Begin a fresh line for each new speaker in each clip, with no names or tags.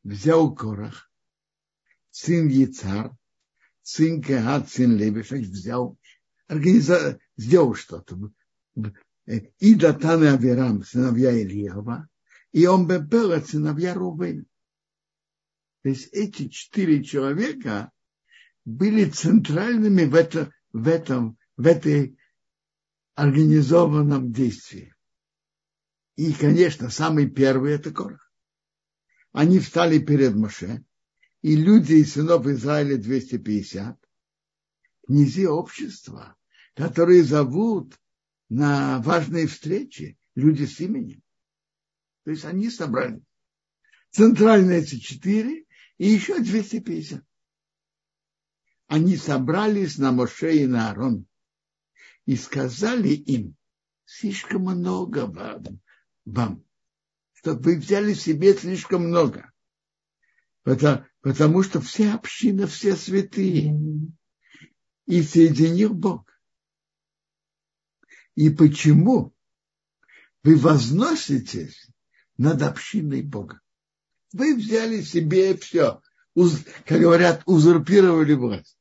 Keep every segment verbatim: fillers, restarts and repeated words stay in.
взял Корах, сын Яцар, сын Кеат, сын Леви, значит, взял, организовал, сделал что-то. И Датан и Авирам, сыновья Ильява, и Омбепела, сыновья Рувена. То есть эти четыре человека были центральными в, это, в, этом, в этой организованном действии. И, конечно, самый первый – это Корах. Они встали перед Моше, и люди из сынов Израиля двести пятьдесят, князи общества, которые зовут на важные встречи люди с именем. То есть они собрали центральные эти четыре и еще двести пятьдесят. Они собрались на Моше и на Аарон и сказали им: слишком много вам, вам что вы взяли себе слишком много, потому, потому что вся община, все святые, и среди них Бог. И почему вы возноситесь над общиной Бога? Вы взяли себе все, как говорят, узурпировали власть.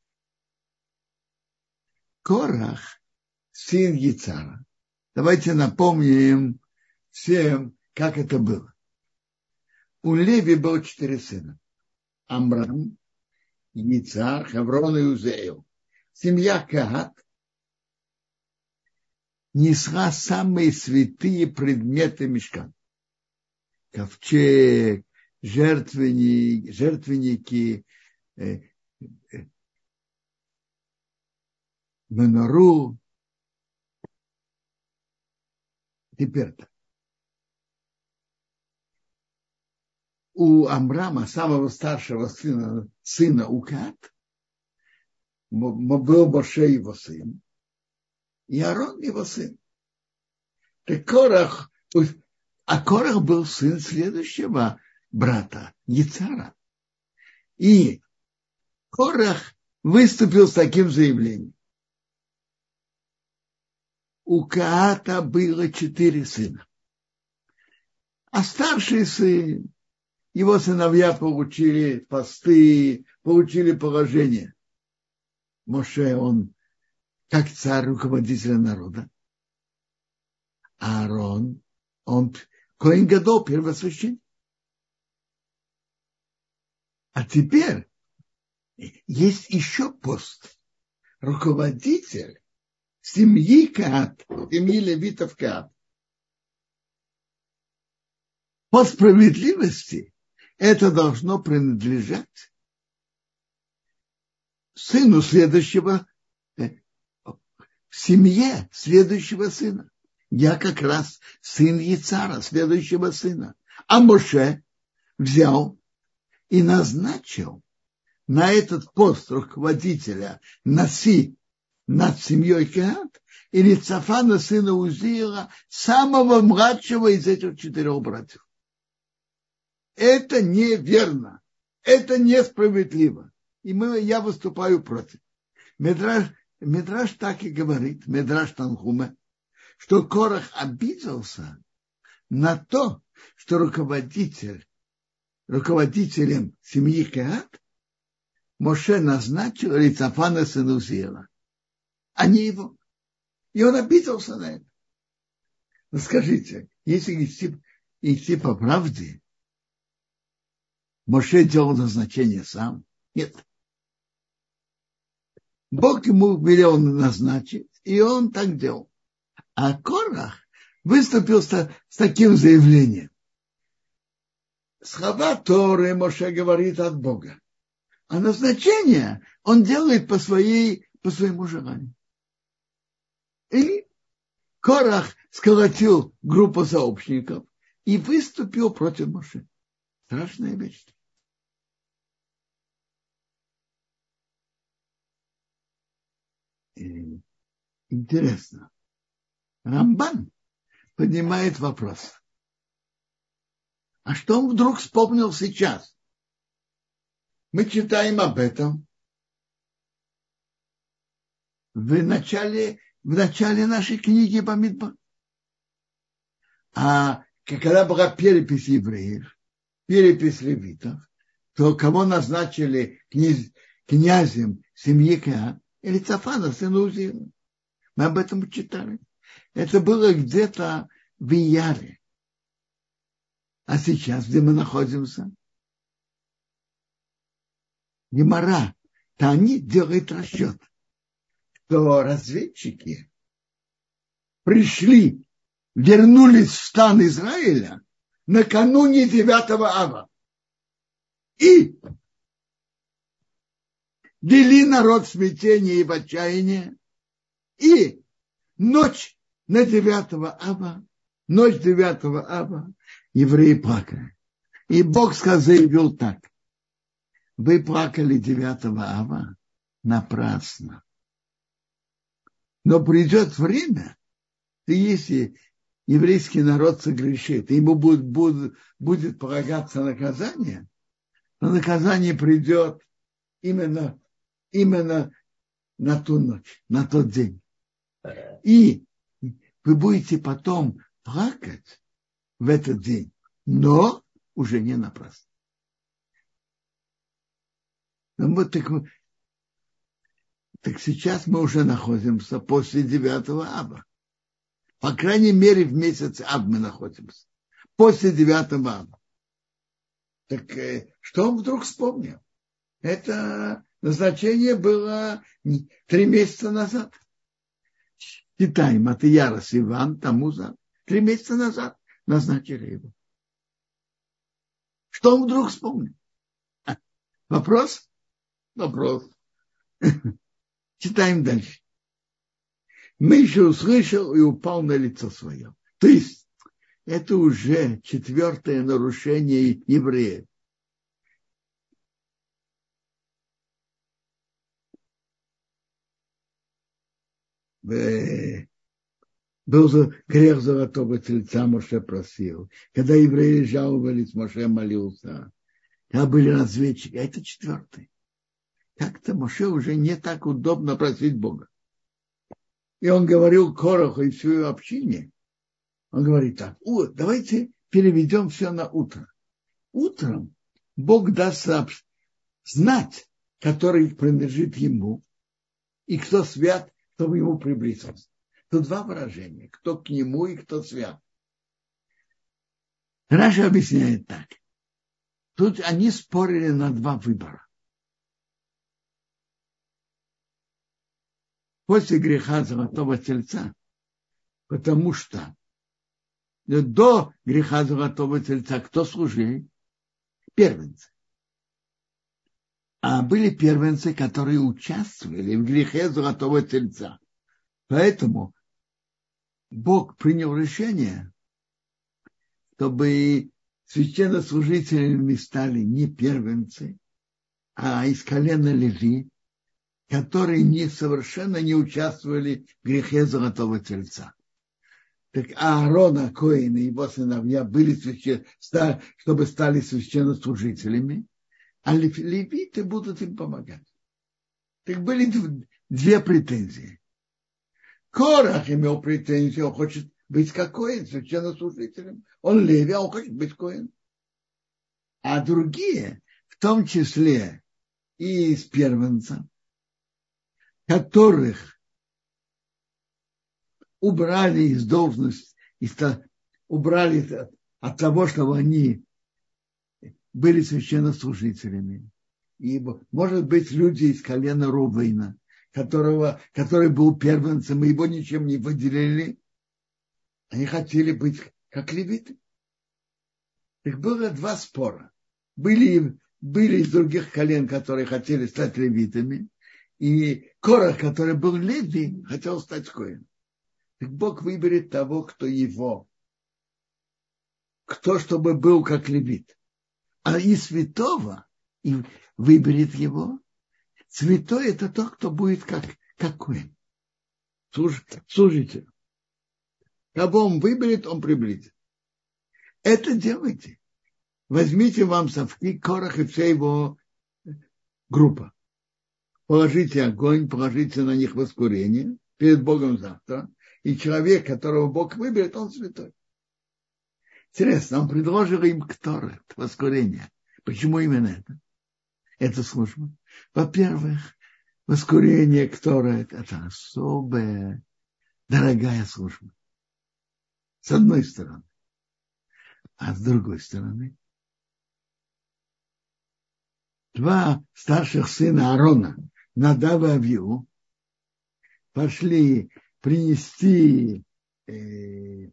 Корах, сын Яцара. Давайте напомним всем, как это было. У Леви было четыре сына. Амрам, Яцар, Хеврон и Узеил. Семья Кеат несла самые святые предметы мишкана. Ковчег, жертвенники, жертвенники, э, э, менору. Теперь так. У Амрама, самого старшего сына, сына Укат, был Моше его сын, и Аарон его сын. Так Корах, а Корах был сын следующего брата, Яцара. И Корах выступил с таким заявлением. У Каата было четыре сына. А старший сын, его сыновья получили посты, получили положение. Моше, он как царь, руководитель народа. А Аарон, он коэн гадол, первосвященник. А теперь есть еще пост. Руководитель семьи Кеат, семьи левитов Кеат. По справедливости это должно принадлежать сыну следующего, в семье следующего сына. Я как раз сын Яцара, следующего сына. А Моше взял и назначил на этот пост руководителя Наси над семьей Кеат или Цафана, сына Узиила, самого младшего из этих четырех братьев. Это неверно. Это несправедливо. И мы, я выступаю против. Медраш, Медраш так и говорит, Медраш Танхуме, что Корах обиделся на то, что руководитель, руководителем семьи Кеат Моше назначил Рицафана сына Узиила, а не его. И он обиделся на это. Но скажите, если идти, идти по правде, Моше делал назначение сам? Нет. Бог ему велел назначить, и он так делал. А Корах выступил с, с таким заявлением. Слова Торы Моше говорит от Бога. А назначение он делает по, своей, по своему желанию. И Корах сколотил группу сообщников и выступил против Моше. Страшная вещь. И интересно. Рамбан поднимает вопрос. А что он вдруг вспомнил сейчас? Мы читаем об этом в начале, в начале нашей книги Бамидбар. А когда была перепись евреев, перепись левитов, то кого назначили князь, князем семьи Кеат? Элицафана, сына Узила. Мы об этом читали. Это было где-то в Ияре. А сейчас, где мы находимся? Гемара. Тани делает расчет, что разведчики пришли, вернулись в стан Израиля накануне девятого ава. И вели народ в смятение и в отчаяние. И ночь на девятого ава, ночь девятого ава, евреи плакали. И Бог заявил так: вы плакали девятого ава напрасно. Но придет время, и если еврейский народ согрешит, и ему будет, будет, будет полагаться наказание, но наказание придет именно, именно на ту ночь, на тот день. И вы будете потом плакать в этот день, но уже не напрасно. Вот так, так сейчас мы уже находимся после девятого ава. По крайней мере, в месяц ав мы находимся. После девятого ава. Так что он вдруг вспомнил? Это назначение было три месяца назад. Считаем от Ияра Сиван, Тамуза. Три месяца назад назначили его. Что он вдруг вспомнил? Вопрос? Вопрос. Читаем дальше. Миша услышал и упал на лицо свое. То есть это уже четвертое нарушение евреев. Был грех золотого тельца, Моше просил. Когда евреи жаловались, Моше молился. Когда были разведчики. А это четвертый. Как-то Моше уже не так удобно просить Бога. И он говорил Кораху и всю общине. Он говорит так: о, давайте переведем все на утро. Утром Бог даст знать, который принадлежит ему, и кто свят, кто ему приблизился. Тут два выражения: кто к нему и кто свят. Раша объясняет так. Тут они спорили на два выбора. После греха золотого тельца, потому что до греха золотого тельца кто служили? Первенцы. А были первенцы, которые участвовали в грехе золотого тельца. Поэтому Бог принял решение, чтобы священнослужителями стали не первенцы, а из колена Леви, которые не, совершенно не участвовали в грехе золотого тельца. Так Аарона, Коэн и его сыновья были священ... чтобы стали священнослужителями, а левиты будут им помогать. Так были две претензии. Корах имел претензию, он хочет быть как Коэн, священнослужителем. Он леви, а он хочет быть Коэн. А другие, в том числе и из первенцев, которых убрали из должности, убрали от того, чтобы они были священнослужителями. И, может быть, люди из колена Рувейна, которого, который был первенцем, и его ничем не выделили, они хотели быть как левиты. Их было два спора. Были, были из других колен, которые хотели стать левитами, и Корах, который был леви, хотел стать коэном. Так Бог выберет того, кто его, кто чтобы был как левит. А и святого и выберет его. Святой — это тот, кто будет как, как коэн. Служ, служитель. Кого он выберет, он приблизит. Это делайте. Возьмите вам совки, Корах и вся его группа. Положите огонь, положите на них воскурение перед Богом завтра. И человек, которого Бог выберет, он святой. Интересно, он предложил им кторет, воскурение. Почему именно это? Эта служба. Во-первых, воскурение Ктора – это особая, дорогая служба. С одной стороны. А с другой стороны, два старших сына Аарона, Надав и Авиу, пошли принести э,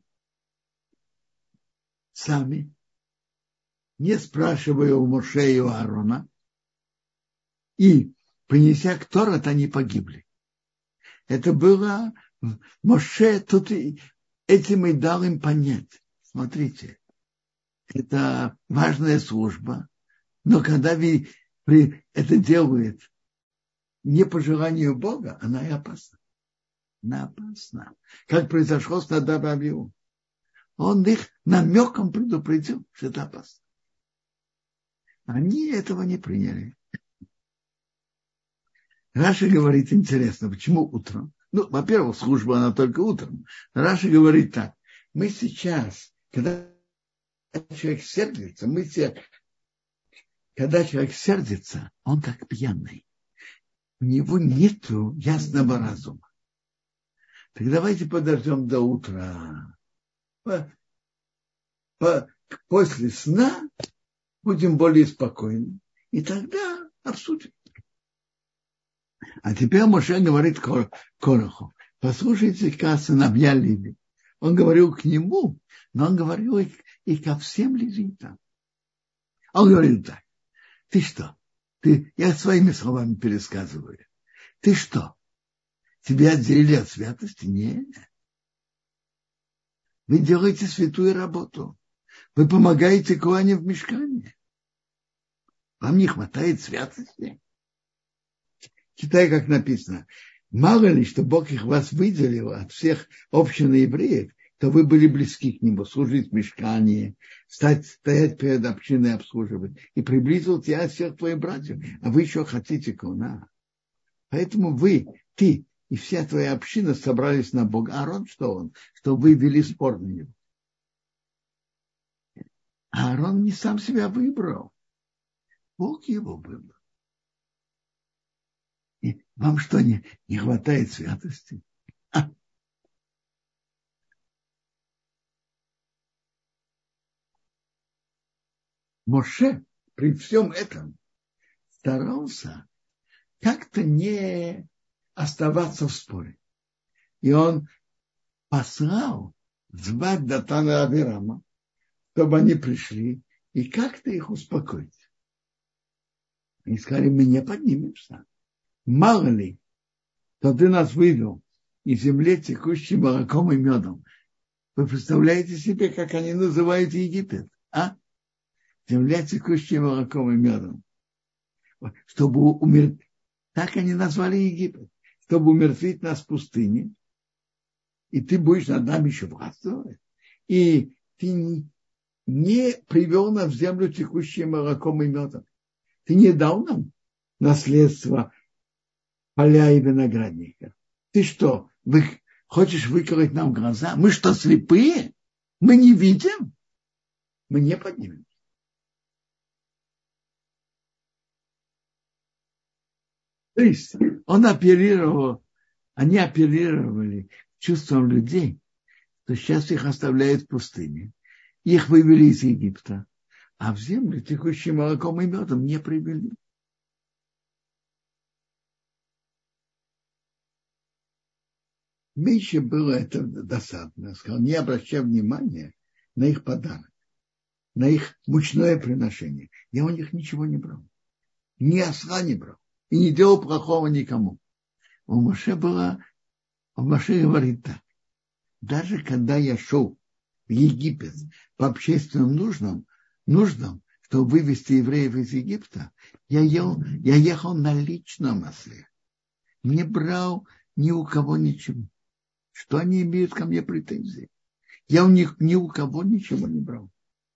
сами, не спрашивая у Моше и у Аарона, и, принеся Кторат, они погибли. Это было Моше, тут этим и дал им понять. Смотрите, это важная служба, но когда вы это делает не по желанию Бога, она и опасна. Она опасна. Как произошло с Надав и Авиу. Он их намеком предупредил, что это опасно. Они этого не приняли. Раши говорит, интересно, почему утром? Ну, во-первых, служба она только утром. Раши говорит так. Мы сейчас, когда человек сердится, мы все, когда человек сердится, он как пьяный. У него нету ясного разума. Так давайте подождем до утра. По, по, после сна будем более спокойны. И тогда обсудим. А теперь Моше говорит Кораху. Послушайте, как сыновья Леви. Он говорил к нему, но он говорил и, и ко всем левитам. Он говорил так. Ты что? Ты, я своими словами пересказываю. Ты что? Тебя отделили от святости? Нет. Вы делаете святую работу. Вы помогаете Коане в мишкане. Вам не хватает святости? Читай, как написано. Мало ли, что Бог их вас выделил от всех общин евреев, то вы были близки к Нему, служить в мишкане, стать, стоять перед общиной, обслуживать. И приблизил тебя от всех твоих братьев. А вы еще хотите Коана. Поэтому вы, ты и вся твоя община собрались на Бога. Аарон, что он? Что вы вели спор на него. Аарон не сам себя выбрал. Бог его выбрал. И вам что, не, не хватает святости? А. Моше при всем этом старался как-то не оставаться в споре. И он послал звать Датана и Авирама, чтобы они пришли и как-то их успокоить. Они сказали, мы не поднимемся. Мало ли, что ты нас вывел из земли, текущей молоком и медом. Вы представляете себе, как они называют Египет? А? Земля, текущая молоком и медом. Чтобы умертвить. Так они назвали Египет. Чтобы умертвить нас в пустыне. И ты будешь над нами еще властвовать. И ты не, не привел нас в землю, текущую молоком и медом. Ты не дал нам наследство поля и виноградника. Ты что, вы, хочешь выколоть нам глаза? Мы что, слепые? Мы не видим? Мы не поднимемся. То есть он оперировал, они оперировали чувством людей, что сейчас их оставляют в пустыне. Их вывели из Египта, а в землю, текущую молоком и медом, не привели. Меньше было это досадно. Сказал, не обращай внимания на их подарок, на их мучное приношение. Я у них ничего не брал. Ни осла не брал. И не делал плохого никому. У Моше было, у Моше говорит так. Даже когда я шел в Египет по общественным нуждам, нуждам, чтобы вывести евреев из Египта, я, ел, я ехал на личном осле. Не брал ни у кого ничего. Что они имеют ко мне претензии? Я у них ни у кого ничего не брал.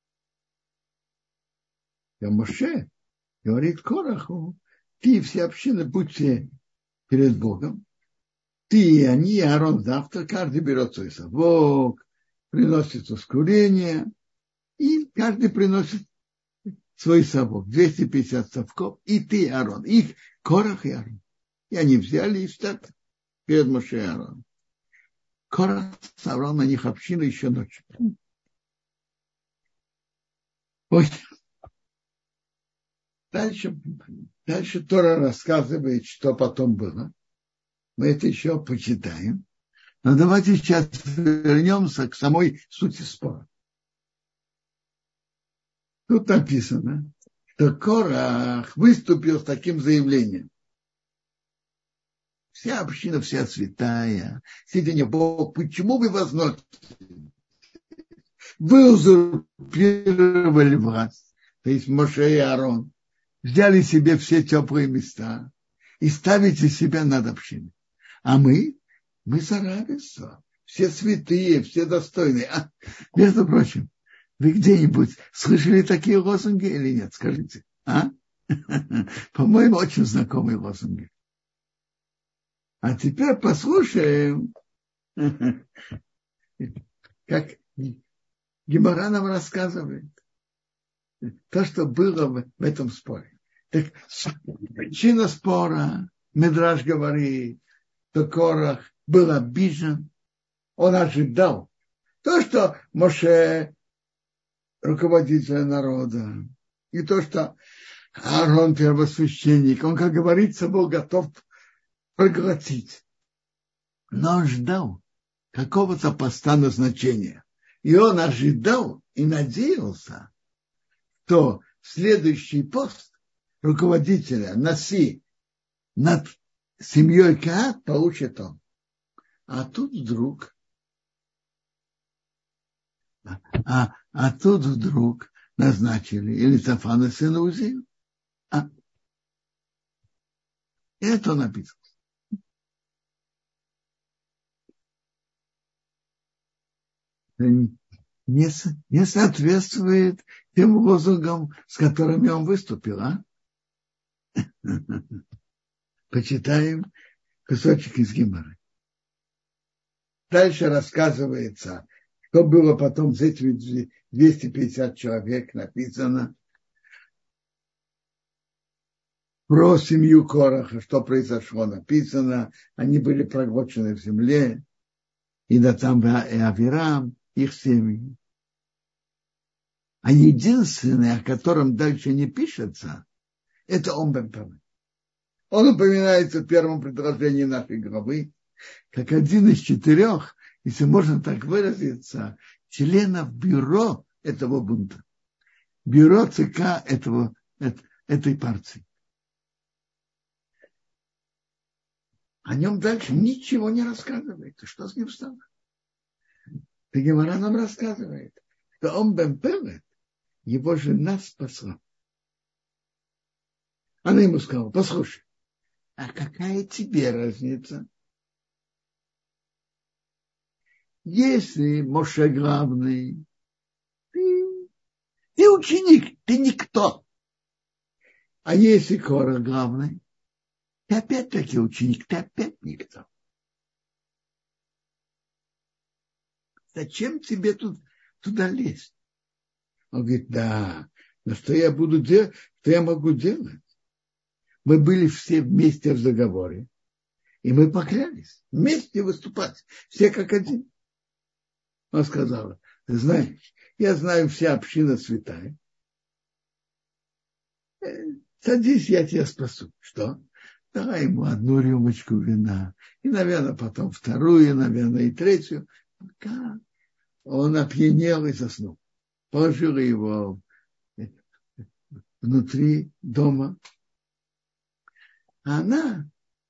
Я Моше говорит Кораху, ты и все общины будьте перед Богом. Ты и они, и Аарон завтра, каждый берет свой совок, приносит ускорение, и каждый приносит свой совок, двести пятьдесят совков, и ты, Аарон, их Корах и Аарон. И они взяли и встали перед Моше и Аароном. Корах собрал на них общину еще ночью. Ой. Дальше, дальше Тора рассказывает, что потом было. Мы это еще почитаем. Но давайте сейчас вернемся к самой сути спора. Тут написано, что Корах выступил с таким заявлением. Вся община, вся святая, сидя не Бог, почему вы возносите? Вы узурпировали вас, то есть Моше и Аарон, взяли себе все теплые места и ставите себя над общиной. А мы, мы за равенство, все святые, все достойные. А, между прочим, вы где-нибудь слышали такие лозунги или нет? Скажите. А? По-моему, очень знакомые лозунги. А теперь послушаем, как Гемара нам рассказывает то, что было в этом споре. Так причина спора, Мидраш говорит, что Корах был обижен, он ожидал то, что Моше руководитель народа, и то, что Аарон первосвященник, он, как говорится, был готов проглотить. Но он ждал какого-то поста назначения. И он ожидал и надеялся, что следующий пост руководителя Наси над семьей Каат получит он. А тут вдруг, а, а тут вдруг назначили Элицафана сына Узия. А, это написано. Не, не соответствует тем лозунгам, с которыми он выступил, а? Почитаем кусочек из Гемары. Дальше рассказывается, что было потом с этими двести пятьдесят человек, написано про семью Кораха, что произошло, написано, они были проглочены в земле, и Датам и Авирам, их семьи. А единственное, о котором дальше не пишется, это он бен Пелет. Он упоминается в первом предложении нашей главы, как один из четырех, если можно так выразиться, членов бюро этого бунта. Бюро ЦК этого, этой партии. О нем дальше ничего не рассказывается. Что с ним стало? Гемара нам рассказывает, что он бен Пелет, его жена спасла. Она ему сказала, послушай, а какая тебе разница? Если Моше главный, ты, ты ученик, ты никто. А если Кора главный, ты опять-таки ученик, ты опять никто. Зачем тебе тут, туда лезть? Он говорит, да, но что я буду делать, что я могу делать? Мы были все вместе в договоре, и мы поклялись вместе выступать, все как один. Он сказал, ты знаешь, я знаю, вся община святая. Садись, я тебя спасу. Что? Давай ему одну рюмочку вина, и, наверное, потом вторую, наверное, и третью. Пока он опьянел и заснул. Положили его внутри дома. А она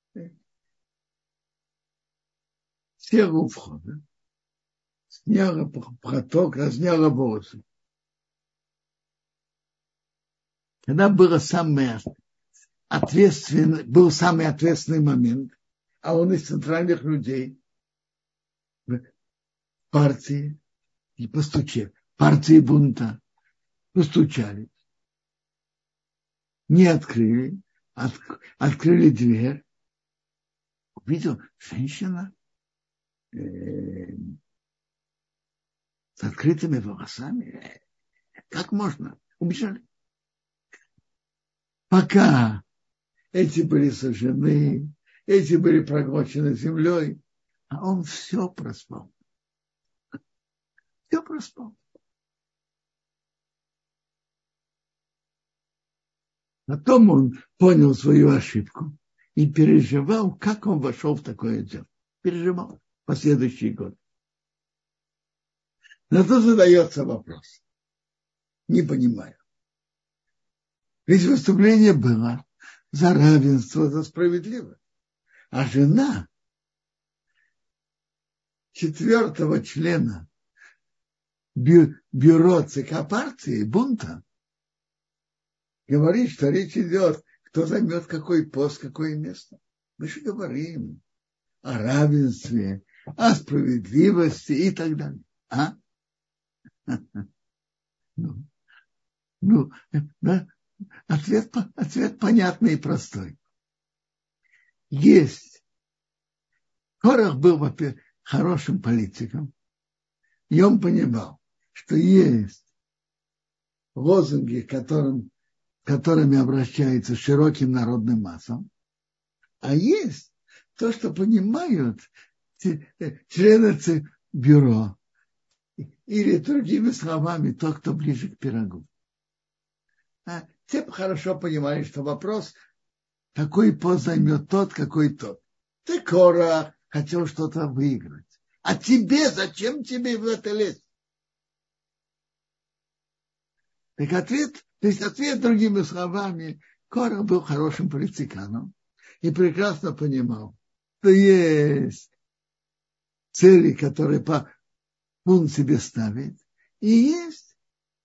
села у входа, сняла платок, разняла волосы. Когда было самое ответственный, был самый ответственный момент, а он из центральных людей в партии, и постучали, партии бунта, постучали, не открыли, от, открыли дверь, увидел женщина э, с открытыми волосами. Как можно? Убежали. пока эти были сожжены, эти были проглочены землей, а он все проспал. Все проспал. Потом он понял свою ошибку и переживал, как он вошел в такое дело. Переживал в последующие годы. Но тут задается вопрос. Не понимаю. Ведь выступление было за равенство, за справедливость. А жена четвертого члена бю- бюро ЦК партии бунта говорит, что речь идет, кто займет какой пост, какое место. Мы же говорим о равенстве, о справедливости и так далее. А? Ну, ну да, ответ, ответ понятный и простой. Есть. Корах был, во-первых, хорошим политиком, и он понимал, что есть лозунги, которым, которыми обращаются широким народным массам, а есть то, что понимают члены бюро, или другими словами, тот, кто ближе к пирогу. А все хорошо понимали, что вопрос, какой пост займет тот, какой тот. Ты, Корах, хотел что-то выиграть. А тебе, зачем тебе в это лезть? Так ответ, то есть ответ другими словами, Корах был хорошим политиканом и прекрасно понимал, что есть цели, которые он себе ставит, и есть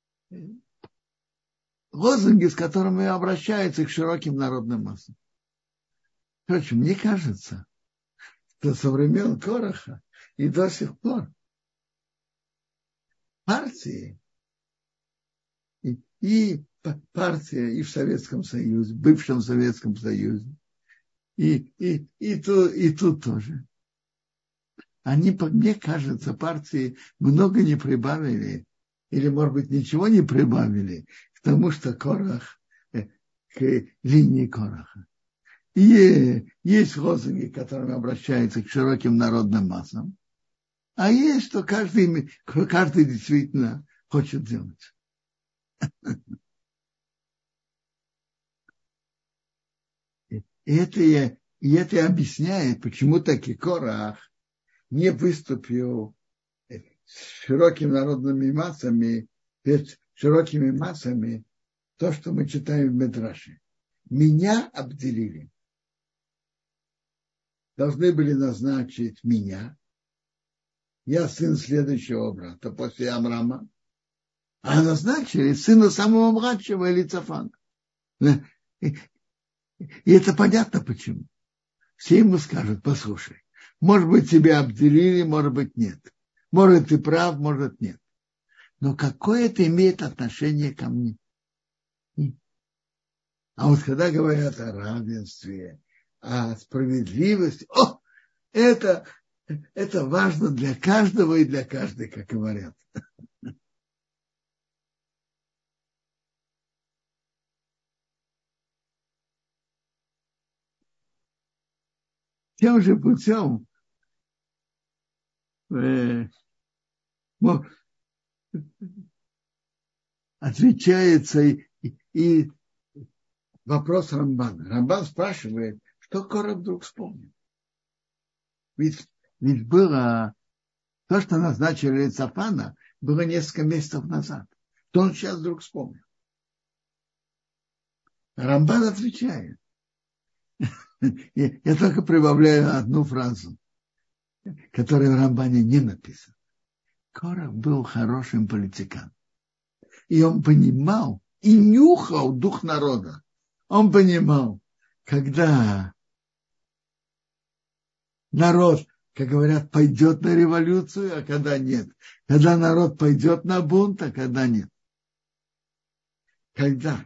лозунги, с которыми обращаются к широким народным массам. Короче, мне кажется, что со времен Кораха и до сих пор партии и, и партия и в Советском Союзе, в бывшем Советском Союзе, и, и, и, тут, и тут тоже. Они, мне кажется, партии много не прибавили, или, может быть, ничего не прибавили к тому, что Корах, к линии Кораха. И есть лозунги, которыми обращаются к широким народным массам, а есть, что каждый, каждый действительно хочет делать. И это, и это объясняет, почему таки Корах не выступил с широкими народными массами, перед широкими массами, то, что мы читаем в Медраше. Меня обделили. Должны были назначить меня. Я сын следующего брата после Амрама. А назначили сына самого младшего Элицафана. И, и это понятно почему. Все ему скажут, послушай, может быть, тебя обделили, может быть, нет. Может, ты прав, может, нет. Но какое это имеет отношение ко мне? А вот когда говорят о равенстве, о справедливости, о, это, это важно для каждого и для каждой, как говорят. Тем же путем э, отвечается и, и вопрос Рамбана. Рамбан спрашивает, что Корах вдруг вспомнил. Ведь, ведь было то, что назначили Элицафана, было несколько месяцев назад. То он сейчас вдруг вспомнил. Рамбан отвечает. Я только прибавляю одну фразу, которая в Рамбане не написана. Корах был хорошим политиканом. И он понимал и нюхал дух народа. Он понимал, когда народ, как говорят, пойдет на революцию, а когда нет. Когда народ пойдет на бунт, а когда нет. Когда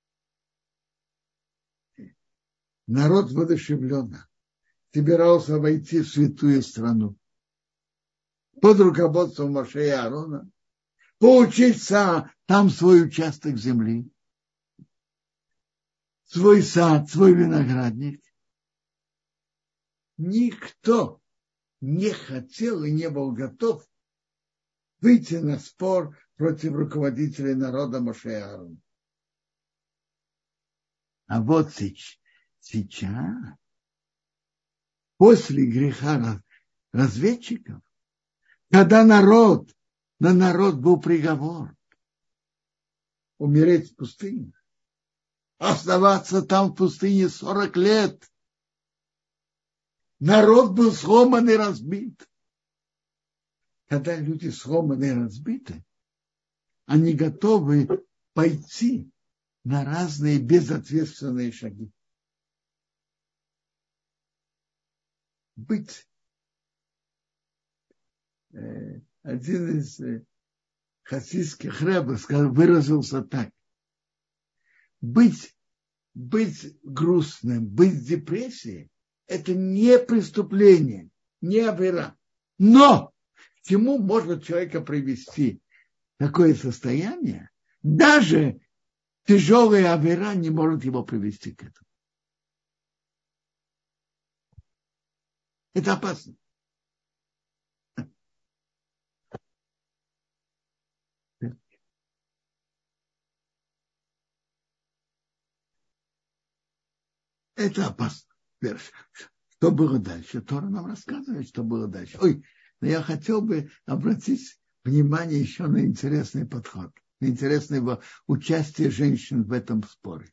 народ воодушевленно собирался войти в святую страну под руководством Моше и Аарона, получить там свой участок земли. свой сад, свой виноградник, никто не хотел и не был готов выйти на спор против руководителей народа Моше и Аарона. А вот сейчас, после греха разведчиков, когда народ, на народ был приговор умереть в пустыне, оставаться там в пустыне сорок лет, народ был сломан и разбит. Когда люди сломаны и разбиты, они готовы пойти на разные безответственные шаги. Быть э, один из э, хасидских рэбов выразился так: быть, быть грустным, быть в депрессии – это не преступление, не авера. Но к чему может человека привести такое состояние, даже тяжелая авера не может его привести к этому. Это опасно. Это опасно. Что было дальше? Тора нам рассказывает, что было дальше. Ой, но я хотел бы обратить внимание еще на интересный подход, на интересное участие женщин в этом споре.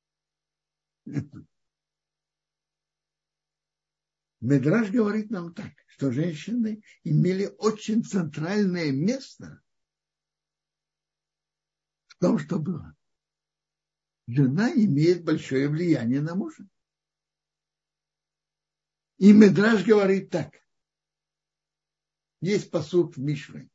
Мидраш говорит нам так, что женщины имели очень центральное место в том, что было. Жена имеет большое влияние на мужа. И Мидраш говорит так. Есть пасук в Мишне.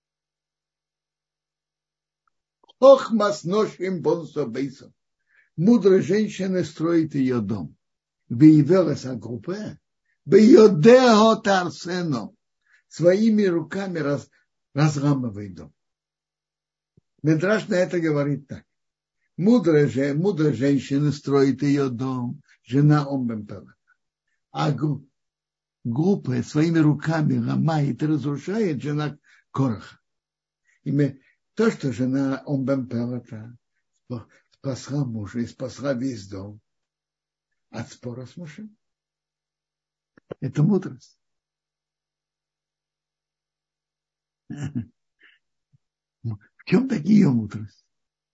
Хохмас ношим бонсо бейсо. Мудрая женщина строит ее дом. Выявилась агруппе. Бейодео тарсено. Своими руками раз, разламывает дом. Мидраш на это говорит так. Мудрая, же, мудрая женщина строит ее дом. Жена омбемпела. А глупая своими руками ломает и разрушает жена Кораха. И мы, то, что жена омбемпела спасла мужа и спасла весь дом от спора с мужем. Это мудрость. В чем такие ее мудрость?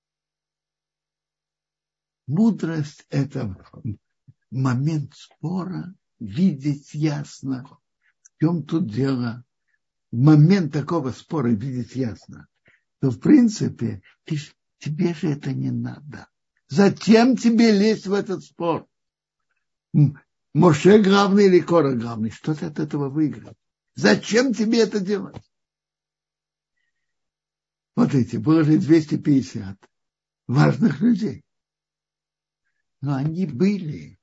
Мудрость – это момент спора, видеть ясно, в чем тут дело. В момент такого спора видеть ясно, то в принципе ты, тебе же это не надо. Зачем тебе лезть в этот спор? Моше главный или Кора главный? Что ты от этого выиграешь? Зачем тебе это делать? Вот эти, было же двести пятьдесят важных людей. Но они были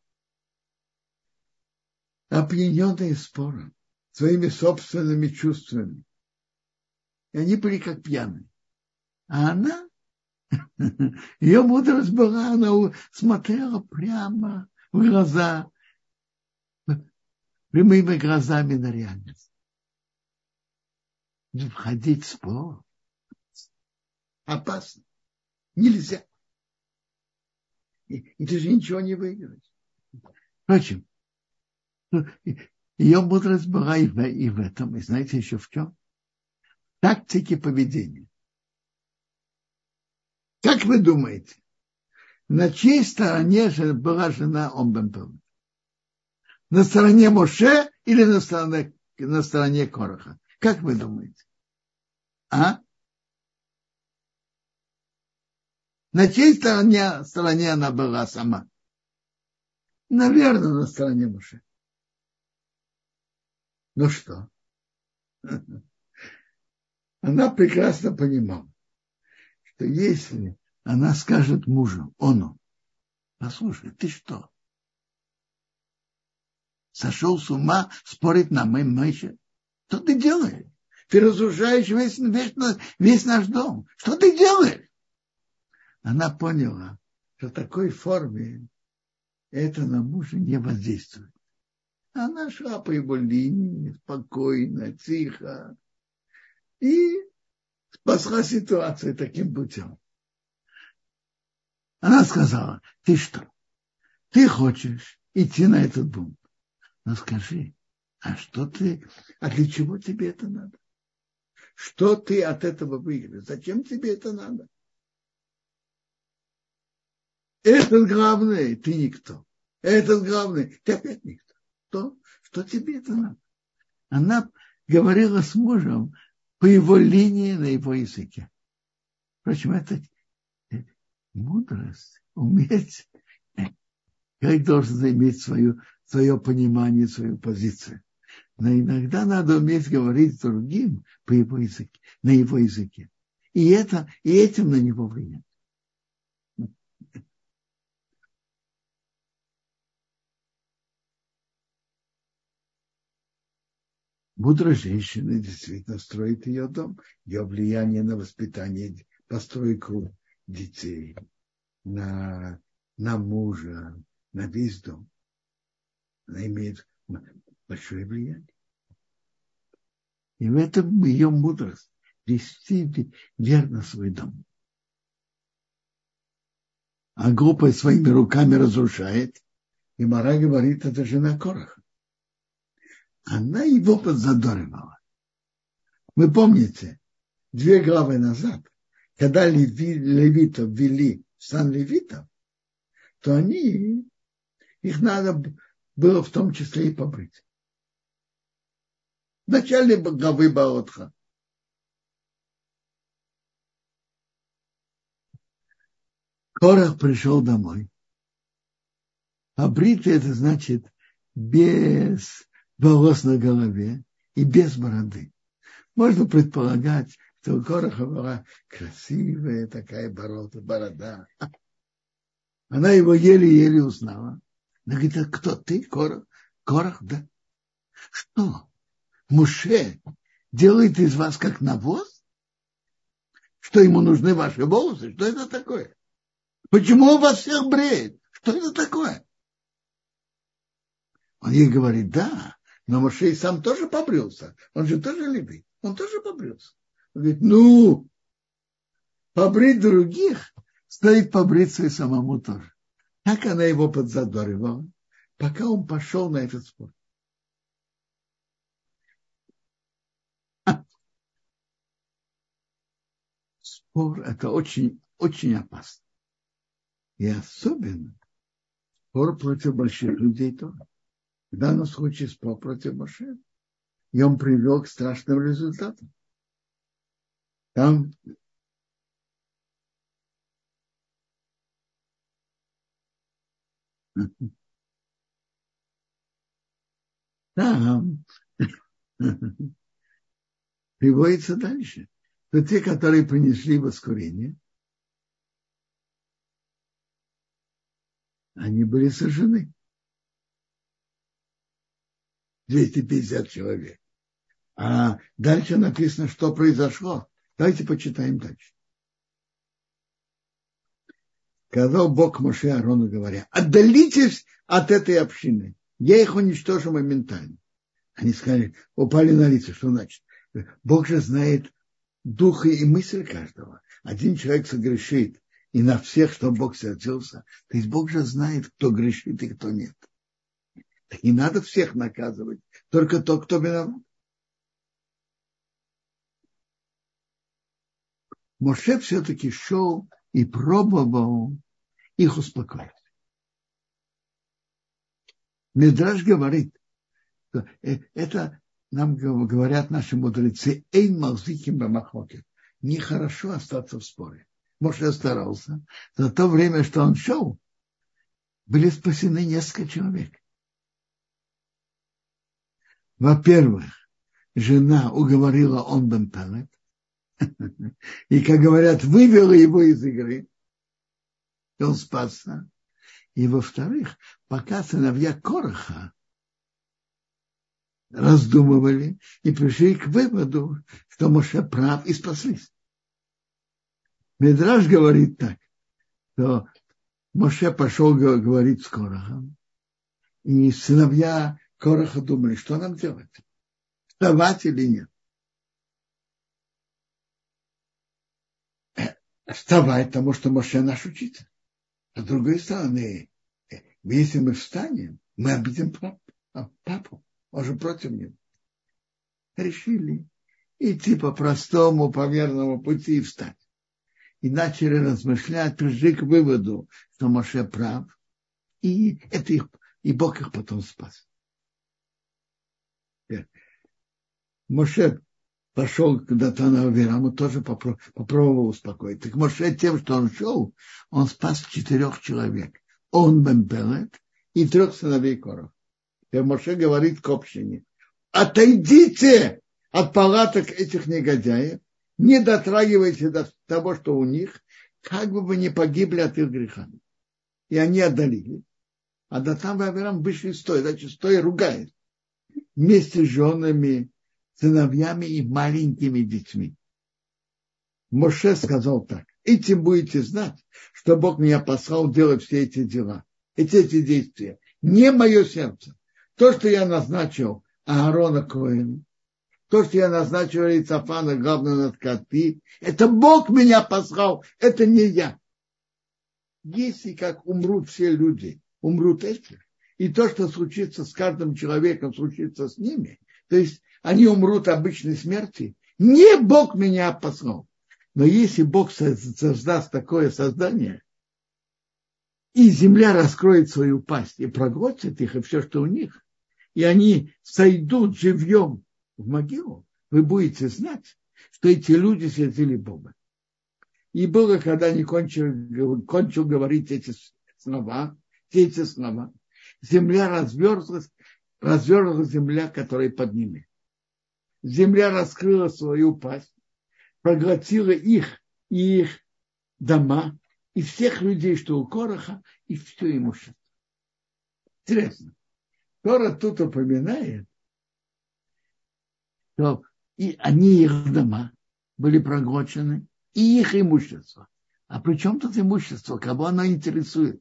опьяненные спором, своими собственными чувствами. И они были как пьяные. А она, ее мудрость была, она смотрела прямо в глаза, прямыми глазами на реальность. Входить в спор опасно. Нельзя. И, и ты же ничего не выиграешь. Впрочем, ее мудрость была и в, и в этом. И знаете еще в чем? Тактики поведения. Как вы думаете, на чьей стороне же была жена Омбемпела? На стороне Моше или на стороне, на стороне Кораха? Как вы думаете? А? На чьей стороне, стороне она была сама? Наверное, на стороне Моше. Ну что? Она прекрасно понимала, что если она скажет мужу, ону, послушай, ты что? Сошел с ума спорить на моем Моше? Что ты делаешь? Ты разрушаешь весь, весь, весь наш дом. Что ты делаешь? Она поняла, что в такой форме это на мужа не воздействует. Она шла по его линии, спокойно, тихо, и спасла ситуацию таким путем. Она сказала: ты что, ты хочешь идти на этот бунт? Но скажи, а что ты, а для чего тебе это надо? Что ты от этого выиграешь? Зачем тебе это надо? Этот главный, ты никто. Этот главный, ты опять никто. Что, что тебе это надо? Она говорила с мужем по его линии, на его языке. Впрочем, это мудрость, уметь, как должен иметь свою, свое понимание, свою позицию. Но иногда надо уметь говорить с другим по его языке, на его языке. И, это, и этим на него влиять. Мудрость женщины действительно строит ее дом. Ее влияние на воспитание, постройку детей, на, на мужа, на весь дом. Она имеет большое влияние. И в этом ее мудрость вести верно свой дом. А глупость своими руками разрушает. И Мара говорит, это жена Кораха. Она его подзадоривала. Вы помните, две главы назад, когда леви, левитов ввели в сан левитов, то они, их надо было в том числе и побрить. В начале главы Баотха. Корах пришел домой. А бритый это значит без волос на голове и без бороды. Можно предполагать, что у Кораха была красивая такая борода, борода. Она его еле-еле узнала. Она говорит: а кто ты, Корах? Корах, да? Что? Моше делает из вас как навоз? Что ему нужны ваши волосы? Что это такое? Почему он вас всех бреет? Что это такое? Он ей говорит: да, но Моше сам тоже побрился. Он же тоже левит. Он тоже побрился. Он говорит: ну, побрить других стоит побриться и самому тоже. Так она его подзадоривала, пока он пошел на этот спор. Спор – это очень, очень опасно. И особенно спор против больших людей тоже. В данном случае спор против Моше. И он привел к страшным результатам. Там там приводится дальше. То те, которые принесли воскурение, они были сожжены. двести пятьдесят человек. А дальше написано, что произошло. Давайте почитаем дальше. Сказал Бог Моше Аарону, говоря: отдалитесь от этой общины. Я их уничтожу моментально. Они сказали, упали на лица. Что значит? Бог же знает дух и мысль каждого. Один человек согрешит, и на всех, что Бог сердился. То есть Бог же знает, кто грешит и кто нет. Так не надо всех наказывать, только тот, кто виноват. Моше все-таки шел и пробовал их успокоить. Мидраш говорит, что это нам говорят наши мудрецы: эйн малзиким бамахлокет. Нехорошо остаться в споре. Моше старался. За то время, что он шел, были спасены несколько человек. Во-первых, жена уговорила он бен Пелет. И, как говорят, вывела его из игры. И он спасся. И, во-вторых, пока сыновья Кораха раздумывали и пришли к выводу, что Моше прав, и спаслись. Мидраш говорит так, что Моше пошел говорить с Корахом, и сыновья Кораха думали, что нам делать? Вставать или нет? Вставать, потому что Моше наш учитель. А с другой стороны, если мы встанем, мы обидим папу. Он же против него. Решили идти по простому, по верному пути и встать. И начали размышлять, пришли к выводу, что Моше прав, и, это их, и Бог их потом спас. Моше пошел к Датану Авираму, тоже попробовал успокоить. Так Моше тем, что он шел, он спас четырех человек. Он, Бен Пелет и трех сыновей Корах. И Моше говорит к общине: отойдите от палаток этих негодяев, не дотрагивайте до того, что у них, как бы вы не погибли от их греха. И они отдалили. А Датан и Авирам вышли стоя, значит, стоя ругает. Вместе с женами, сыновьями и маленькими детьми. Моше сказал так: этим будете знать, что Бог меня послал делать все эти дела, эти, эти действия. Не мое сердце. То, что я назначил Аарона Коэна, то, что я назначил Рицафана, главное над коты, это Бог меня послал, это не я. Если как умрут все люди, умрут эти, и то, что случится с каждым человеком, случится с ними, то есть они умрут обычной смерти, не Бог меня послал. Но если Бог создаст такое создание, и земля раскроет свою пасть и проглотит их, и все, что у них, и они сойдут живьем в могилу, вы будете знать, что эти люди святили Бога. И Бога, когда они кончил, кончил говорить эти слова, эти слова, земля разверзлась, разверзлась земля, которая под ними. Земля раскрыла свою пасть, проглотила их и их дома, и всех людей, что у Кораха, и все имущество. Интересно. Корах тут упоминает, что и они, их дома, были проглочены, и их имущество. А при чем тут имущество? Кого оно интересует?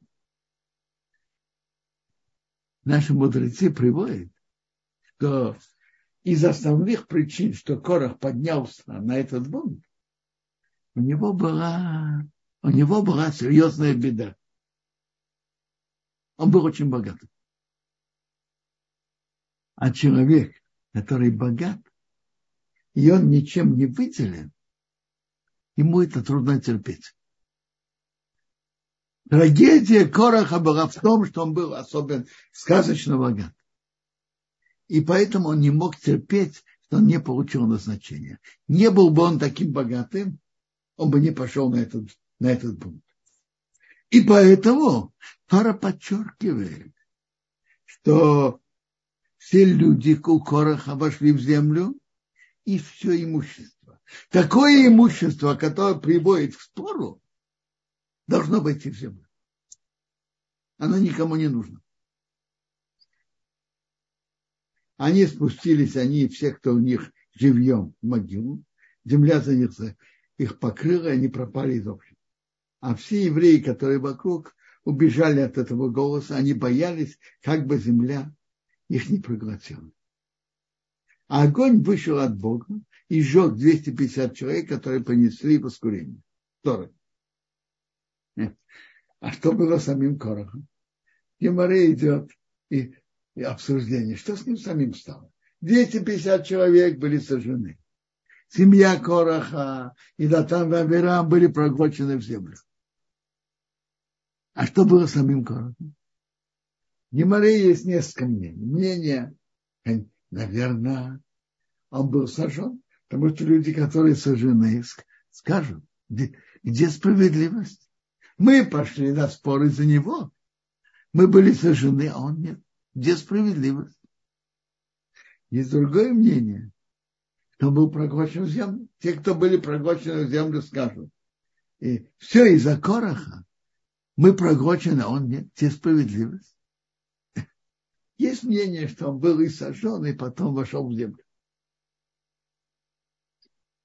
Наши мудрецы приводят, что из основных причин, что Корах поднялся на этот бунт, у него была, у него была серьезная беда. Он был очень богатый. А человек, который богат, и он ничем не выделен, ему это трудно терпеть. Трагедия Кораха была в том, что он был особенно сказочно богат. И поэтому он не мог терпеть, что он не получил назначения. Не был бы он таким богатым, он бы не пошел на этот, на этот бунт. И поэтому Тора подчеркивает, что все люди у Кораха вошли в землю, и все имущество. Такое имущество, которое приводит в Тору, должно войти в землю. Оно никому не нужно. Они спустились, они и все, кто у них живьем, в могилу. Земля за них их покрыла, и они пропали из общества. А все евреи, которые вокруг, убежали от этого голоса. Они боялись, как бы земля их не проглотила. А огонь вышел от Бога и сжег двести пятьдесят человек, которые понесли воскурение. Торы. А что было с самим Корахом? В Гемаре идет и, и обсуждение. Что с ним самим стало? двести пятьдесят человек были сожжены. Семья Кораха и Датан и Авирам были проглочены в землю. А что было с самим Корахом? В Гемаре есть несколько мнений. Мнение, наверное, он был сожжен, потому что люди, которые сожжены, скажут, где, где справедливость? Мы пошли на спор из-за него. Мы были сожжены, а он нет. Где справедливость? Есть другое мнение, что он был проглочен в землю. Те, кто были проглочены в землю, скажут, и все из-за Кораха. Мы проглочены, а он нет. Где справедливость? Есть мнение, что он был и сожжен, и потом вошел в землю.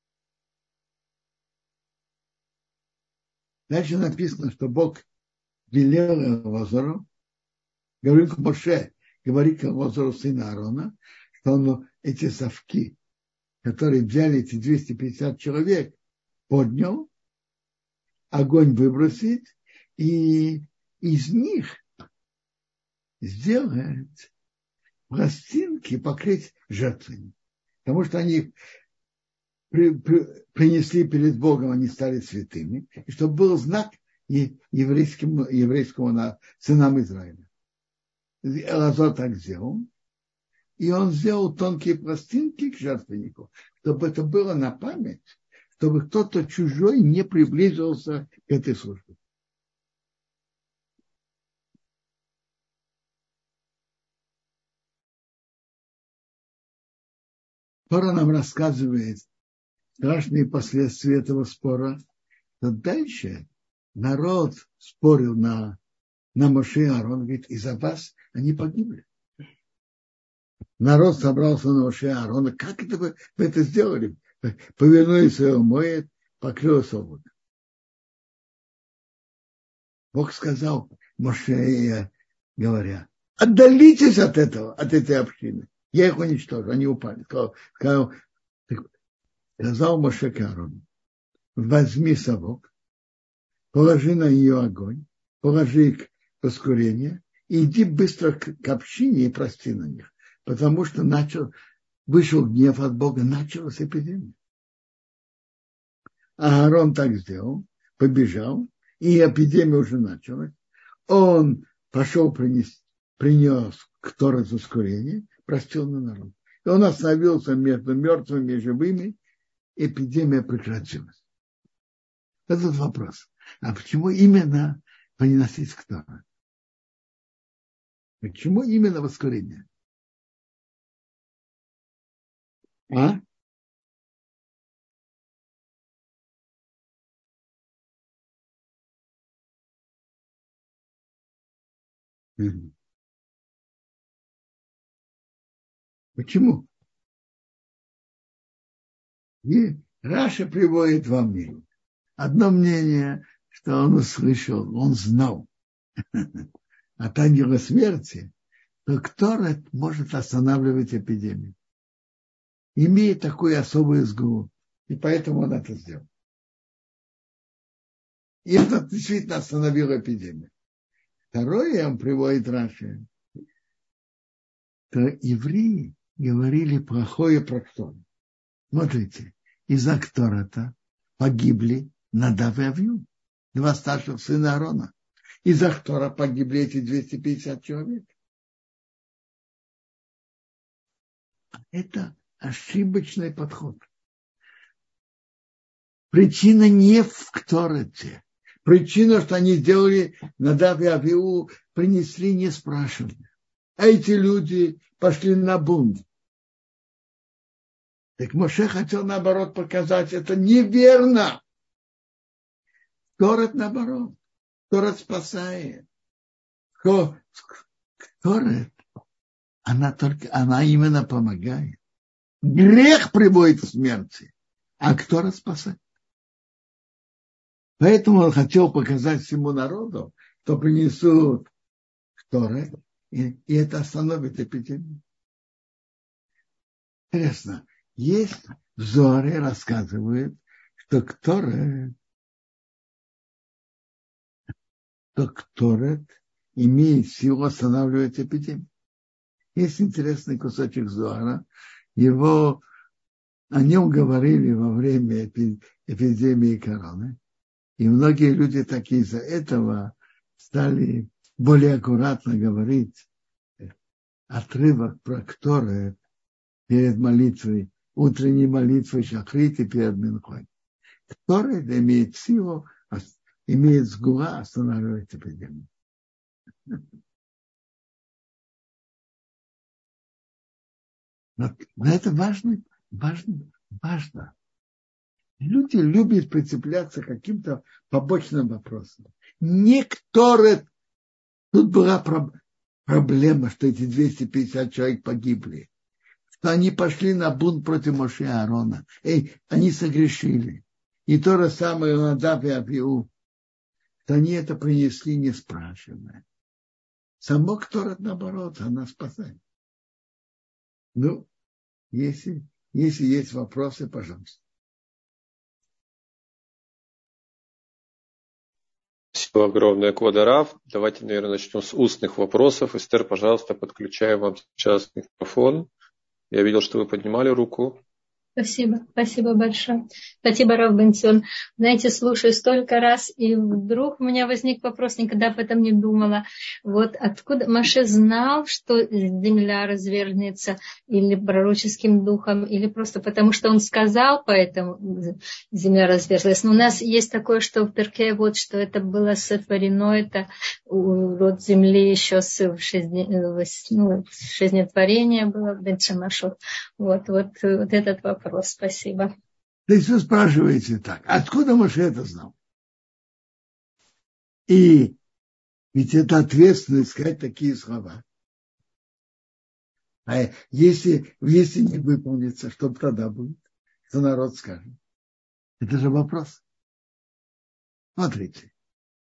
Дальше написано, что Бог велел Лазару, говорил к Моше, говорит к Лазару, сына Аарона, что он эти совки, которые взяли эти двести пятьдесят человек, поднял, огонь выбросить, и из них сделать пластинки, покрыть жертвами. Потому что они при, при, принесли перед Богом, они стали святыми, и чтобы был знак еврейскому, еврейскому сынам Израиля. Элазар так сделал, и он сделал тонкие пластинки к жертвеннику, чтобы это было на память, чтобы кто-то чужой не приблизился к этой службе. Тора нам рассказывает страшные последствия этого спора, что дальше народ спорил на, на Моше и Аарон, говорит, из-за вас они погибли. Народ собрался на Моше и Аарона, как это вы, вы это сделали? Повернулись его моет, покрылось облако. Бог сказал Моше, говоря, отдалитесь от этого, от этой общины. Я их уничтожу, они упали. Сказал, сказал, сказал Моше к Аарону, возьми совок, положи на нее огонь, положи к воскурению и иди быстро к, к общине и прости на них. Потому что начал, вышел гнев от Бога, началась эпидемия. А Аарон так сделал, побежал, и эпидемия уже началась. Он пошел, принес, принес к Торе воскурение, простил на народ. И он остановился между мертвыми и живыми, эпидемия прекратилась. Этот вопрос. А почему именно приносить к Торе? Почему именно воскурение? А? Mm-hmm. Почему? И Раша приводит два мнения. Одно мнение, что он услышал, он знал от ангела смерти, что кто-то может останавливать эпидемию. Имеет такую особую сгу, и поэтому он это сделал. И это действительно остановило эпидемию. Второе, он приводит Раши, что евреи говорили плохое про Ктора. Смотрите, из-за Ктора-то погибли Надав и Авью, два старших сына Аарона. Из-за Ктора погибли эти двести пятьдесят человек. Это ошибочный подход. Причина не в Кторете. Причина, что они сделали, Надав и Авью принесли, не спрашивая. А эти люди пошли на бунт. Так Моше хотел, наоборот, показать, это неверно. Кторет, наоборот. Кторет спасает. Кторет, она только, она именно помогает. Грех приводит к смерти, а Кторет спасает. Поэтому он хотел показать всему народу, что принесут Кторет, и, и это остановит эпидемию. Интересно, есть в Зоре рассказывает, что Кторет, что Кторет имеет силу останавливать эпидемию. Есть интересный кусочек Зоара, его, о нем говорили во время эпидемии короны, и многие люди так из-за этого стали более аккуратно говорить отрывок про Кторет перед молитвой, утренней молитвой Шахрит и перед Минхой. Кторет имеет силу, имеет сгула останавливать эпидемию. Но, но это важно, важно, важно. Люди любят прицепляться к каким-то побочным вопросам. Некоторые, тут была проблема, что эти двести пятьдесят человек погибли, что они пошли на бунт против Моше и Аарона, и они согрешили. И то же самое Надав и Авью, что что они это принесли, не спрашивая. Само Торат, наоборот, она спасает. Ну, если, если есть вопросы, пожалуйста.
Спасибо огромное, Квода Рав. Давайте, наверное, начнем с устных вопросов. Эстер, пожалуйста, подключаю вам сейчас микрофон. Я видел, что вы поднимали руку.
Спасибо, спасибо большое. Спасибо, Рав Бенцион. Знаете, слушаю столько раз, и вдруг у меня возник вопрос, никогда об этом не думала. Вот откуда Моше знал, что земля развернется или пророческим духом, или просто потому, что он сказал, поэтому земля разверзлась. Но у нас есть такое, что в Перке, вот, что это было сотворено, это род земли еще с шестнетворения было, Бен Шамашот. Вот, вот, вот этот вопрос. Спасибо.
То есть вы спрашиваете так, откуда Моше это знал? И ведь это ответственно сказать такие слова. А если, если не выполнится, что тогда будет? Что народ скажет? Это же вопрос. Смотрите.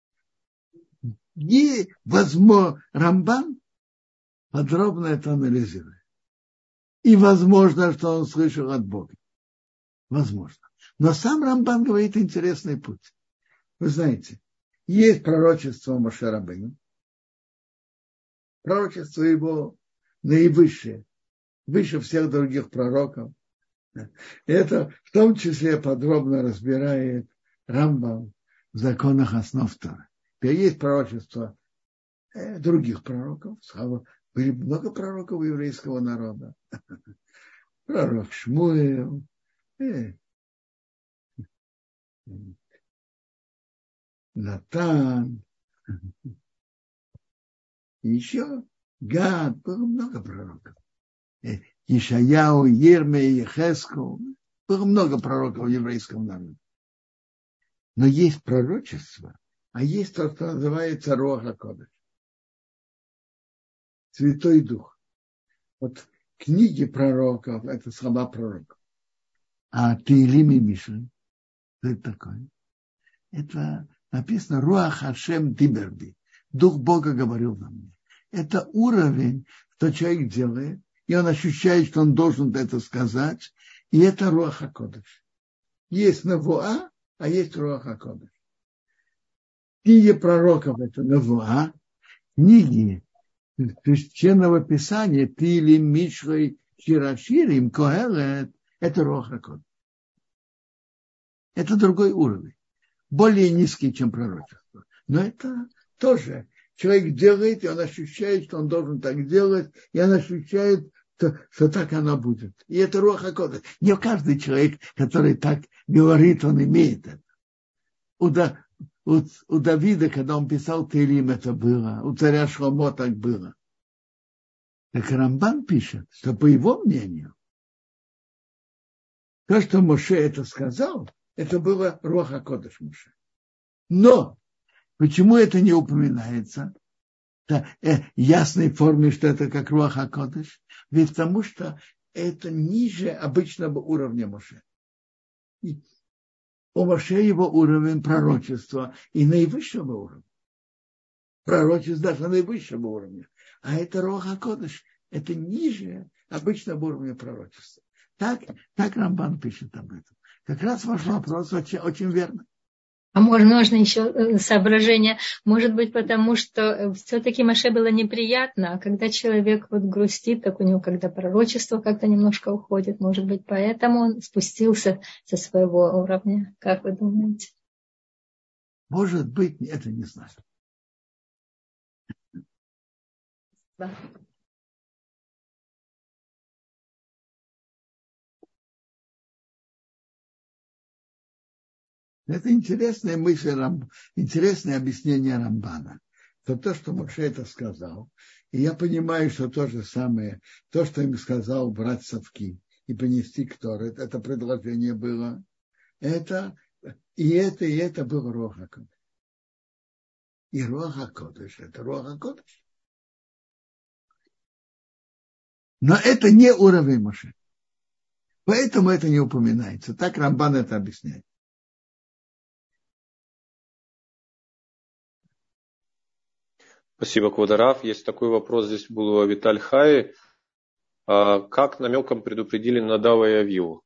И, возможно, Рамбан подробно это анализирует. И возможно, что он слышал от Бога. Возможно. Но сам Рамбан говорит интересный путь. Вы знаете, есть пророчество Моше Рабейну. Пророчество его наивысшее, выше всех других пророков. Это в том числе подробно разбирает Рамбан в законах основ Торы. Теперь есть пророчество других пророков. Были много пророков еврейского народа. Пророк Шмуэл, э, Натан, еще Гад, было много пророков. Э, Ишаяу, Ермия, Ехесков, было много пророков в еврейском народе. Но есть пророчество, а есть то, что называется Руах ха-Кодеш. Святой Дух. Вот книги пророков – это слова пророков. А Теилим и Мишли – что это такое? Это написано Руах Хашем Диберби. Дух Бога говорил на мне. Это уровень, что человек делает, и он ощущает, что он должен это сказать, и это Руах ха-Кодеш. Есть Навуа, а есть Руах ха-Кодеш. Книги пророков – это Навуа, книги священного писания Тилим, Мишлей, Шираширим, Коэлет – это Руах ха-Кодеш. Это другой уровень, более низкий, чем пророчество. Но это тоже человек делает, и он ощущает, что он должен так делать, и он ощущает, что, что так оно будет. И это Руах ха-Кодеш. Не каждый человек, который так говорит, он имеет это. У, да, у, у Давида, когда он писал Теилим, это было. У царя Шломо так было. Так Рамбан пишет, что по его мнению, то, что Моше это сказал, это было Руах ха-Кодеш Моше. Но почему это не упоминается в ясной форме, что это как Руах ха-Кодеш? Ведь потому что это ниже обычного уровня Моше. И у Моше его уровень пророчества и наивысшего уровня. Пророчество даже наивысшего уровня. А это Руах ха-Кодеш, это ниже обычного уровня пророчества. Так, так Рамбан пишет об этом. Как раз ваш вопрос очень, очень верно.
А можно, можно еще соображение. Может быть, потому что все-таки Моше было неприятно, а когда человек вот грустит, так у него, когда пророчество как-то немножко уходит, может быть, поэтому он спустился со своего уровня. Как вы думаете?
Может быть, это не знаю.
Да.
Это интересная мысль, интересное объяснение Рамбана. То, то, что Моше это сказал. И я понимаю, что то же самое, то, что им сказал брать совки и принести к Торе, это предложение было. Это, и это, и это было Руах ха-Кодеш. И Руах ха-Кодеш, это Руах ха-Кодеш. Но это не уровень Моше. Поэтому это не упоминается. Так Рамбан это объясняет.
Спасибо, Квадарав. Есть такой вопрос, здесь был у Виталь Хаи. А как намеком предупредили Надава и Авиу?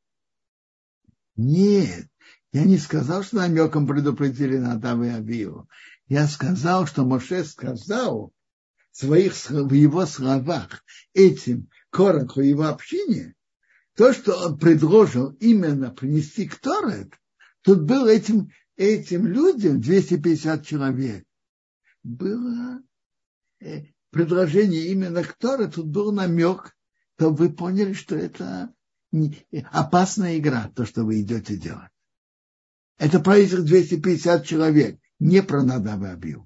Нет, я не сказал, что намеком предупредили Надава и Авиу. Я сказал, что Моше сказал в, своих, в его словах этим Кораху и его общине, то, что он предложил именно принести к Торет, тут было этим, этим людям, двести пятьдесят человек, было э, предложение именно к Торет, тут был намек, то вы поняли, что это не, опасная игра, то, что вы идете делать. Это про этих двести пятьдесят человек, не про Надава и Авиу.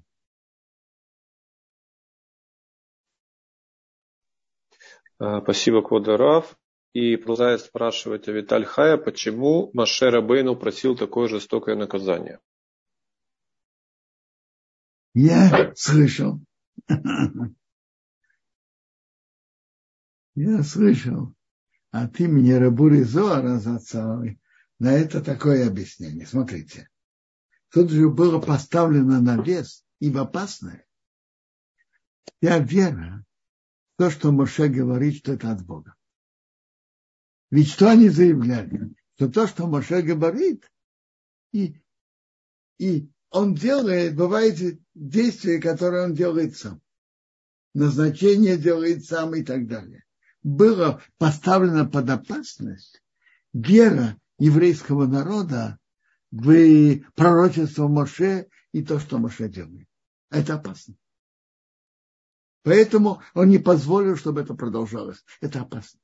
Спасибо, Квадарав. И продолжает спрашивать Виталь Хая, почему Моше Рабейну просил такое жестокое наказание?
Я слышал. Я слышал от имени Рабури Зоара Зацалой на это такое объяснение. Смотрите. Тут же было поставлено на вес и в опасное. Я вера в то, что Моше говорит, что это от Бога. Ведь что они заявляли? Что то, что Моше говорит, и, и он делает, бывает действия, которые он делает сам. Назначение делает сам и так далее. Было поставлено под опасность вера еврейского народа в пророчество Моше и то, что Моше делает. Это опасно. Поэтому он не позволил, чтобы это продолжалось. Это опасно.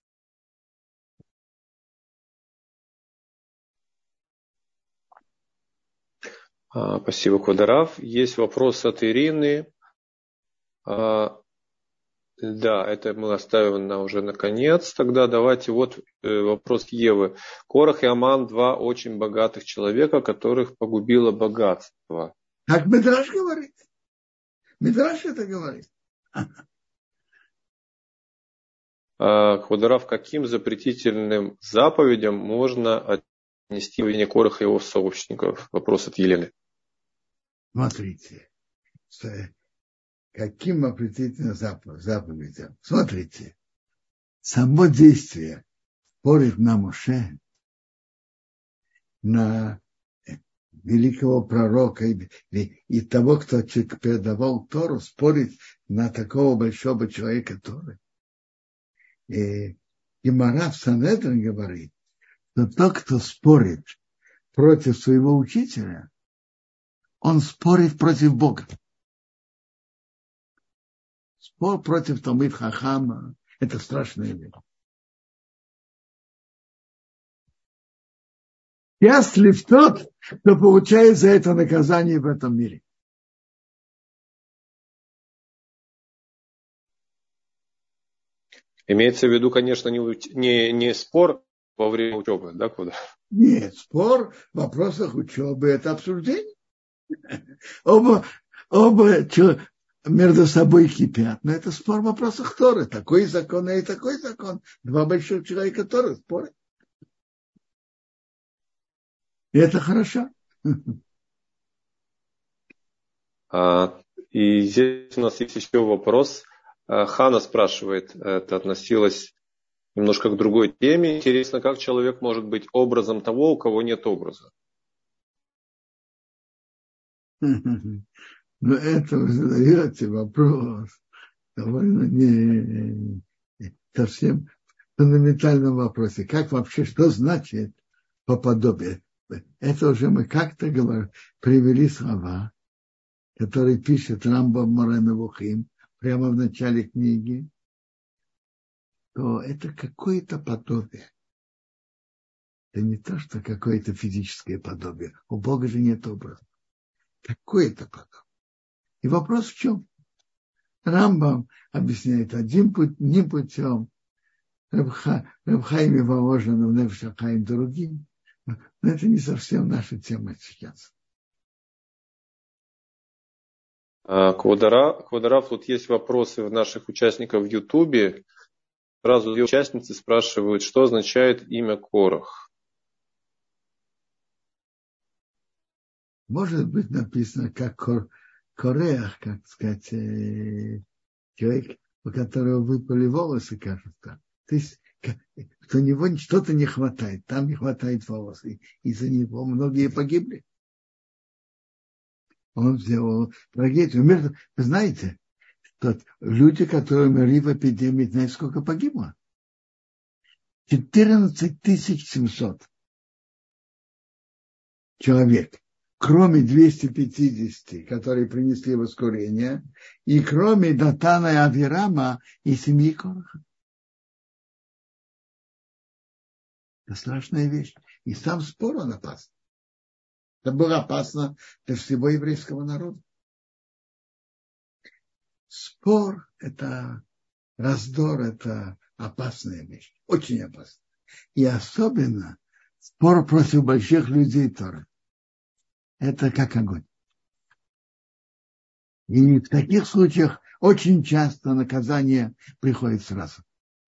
Спасибо, Квадарав. Есть вопрос от Ирины. А, да, это мы оставим на уже наконец. Тогда давайте вот вопрос Евы. Корах и Аман – два очень богатых человека, которых погубило богатство.
Как Мидраш говорит. Мидраш это говорит.
А, Квадарав, каким запретительным заповедям можно отнести вине Кораха и его сообщников? Вопрос от Елены.
Смотрите, каким определительным заповедям. Смотрите, само действие спорит на Моше, на великого пророка и, и, и того, кто передавал Тору, спорить на такого большого человека Торы. И Гемара в Санедрин говорит, что тот, кто спорит против своего учителя, он спорит против Бога. Спор против Талмид Хахама – это страшная вещь. Счастлив тот, кто получает за это наказание в этом мире.
Имеется в виду, конечно, не, не, не спор во время учебы, да, куда?
Нет, спор в вопросах учебы – это обсуждение. Оба, оба что, между собой кипят, но это спор в вопросах Торы. Такой закон и такой закон. Два больших человека Торы спорят. И это хорошо.
А, и здесь у нас есть еще вопрос. Хана спрашивает, это относилось немножко к другой теме. Интересно, как человек может быть образом того, у кого нет образа?
Но это вы задаете вопрос довольно не совсем фундаментальном вопросе. Как вообще, что значит по подобию? Это уже мы как-то говорили, привели слова, которые пишет Рамбам Море Мевухим прямо в начале книги, то это какое-то подобие. Это не то, что какое-то физическое подобие. У Бога же нет образа. Какое-то подобие. И вопрос в чем? Рамбам объясняет одним путем, Рабхаим и Воложен, Невшахаим другим. Но это не совсем наша тема сейчас.
Квадарав, Квадарав, тут есть вопросы в наших участников в Ютубе. Сразу две участницы спрашивают, что означает имя Корах.
Может быть написано как Кор, Кореах, как сказать, э, человек, у которого выпали волосы, кажется. То есть у него что-то не хватает, там не хватает волос. И из-за него многие погибли. Он сделал трагедию. Вы знаете, что люди, которые умерли в эпидемии, знаете, сколько погибло? четырнадцать тысяч семьсот человек. Кроме двухсот пятидесяти, которые принесли воскурение, и кроме Датана и Авирама и семьи Кораха. Это страшная вещь. И сам спор он опасен. Это было опасно для всего еврейского народа. Спор – это раздор, это опасная вещь. Очень опасная. И особенно спор против больших людей Торы. Это как огонь. И в таких случаях очень часто наказание приходит сразу.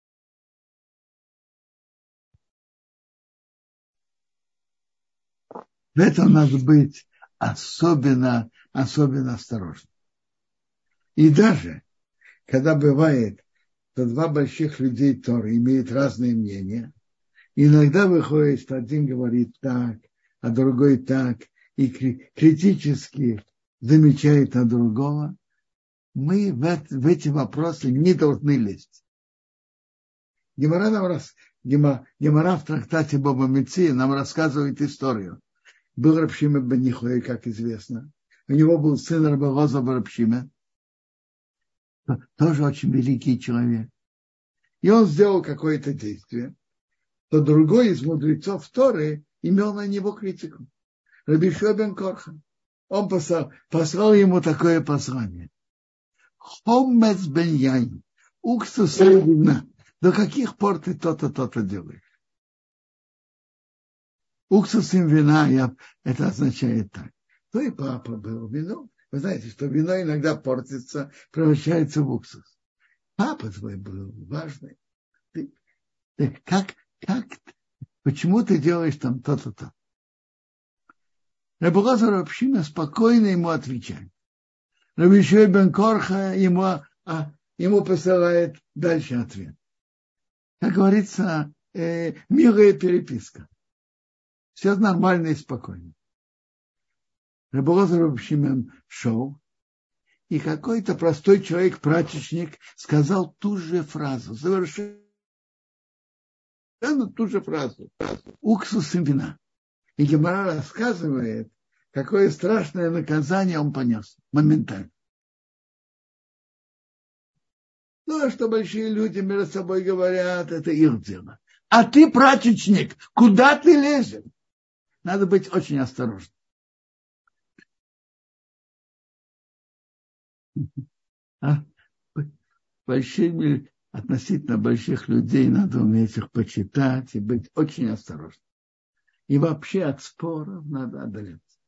В этом надо быть особенно, особенно осторожным. И даже, когда бывает, что два больших людей Торы имеют разные мнения, иногда выходит, что один говорит так, а другой так, и критически замечает на другого, мы в, это, в эти вопросы не должны лезть. Гемара, нам рас, Гема, Гемара в трактате Боба Меции нам рассказывает историю. Был Рав Шимон бен Йохай, как известно. У него был сын Рав Элазар бен Рав Шимон, тоже очень великий человек. И он сделал какое-то действие, то другой из мудрецов Торы имел на него критику. Раби Йошуа бен Корха. Он послал, послал ему такое послание. Хомец бен яин. Уксус и вина. До каких пор ты то-то, то-то делаешь? Уксус и вина, я, это означает так. То и папа был вином. Вы знаете, что вино иногда портится, превращается в уксус. Папа твой был важный. Ты, ты, как, как, почему ты делаешь там то-то, то? Рав Элазар бен Рав Шимон спокойно ему отвечает. Раби Йошуа бен Корха ему, а, ему посылает дальше ответ. Как говорится, э, милая переписка. Все нормально и спокойно. Рав Элазар бен Рав Шимон шел, и какой-то простой человек, прачечник, сказал ту же фразу, совершенно ту же фразу. Уксус и вина. И Гемара рассказывает, какое страшное наказание он понес моментально. Ну, а что большие люди между собой говорят, это их дело. А ты, прачечник, куда ты лезешь? Надо быть очень осторожным. А? Большими, относительно больших людей надо уметь их почитать и быть очень осторожным. И вообще от споров надо отдаляться.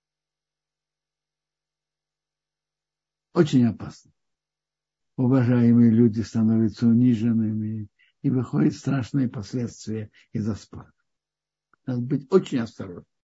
Очень опасно. Уважаемые люди становятся униженными, и выходят страшные последствия из-за спора. Надо быть очень осторожным.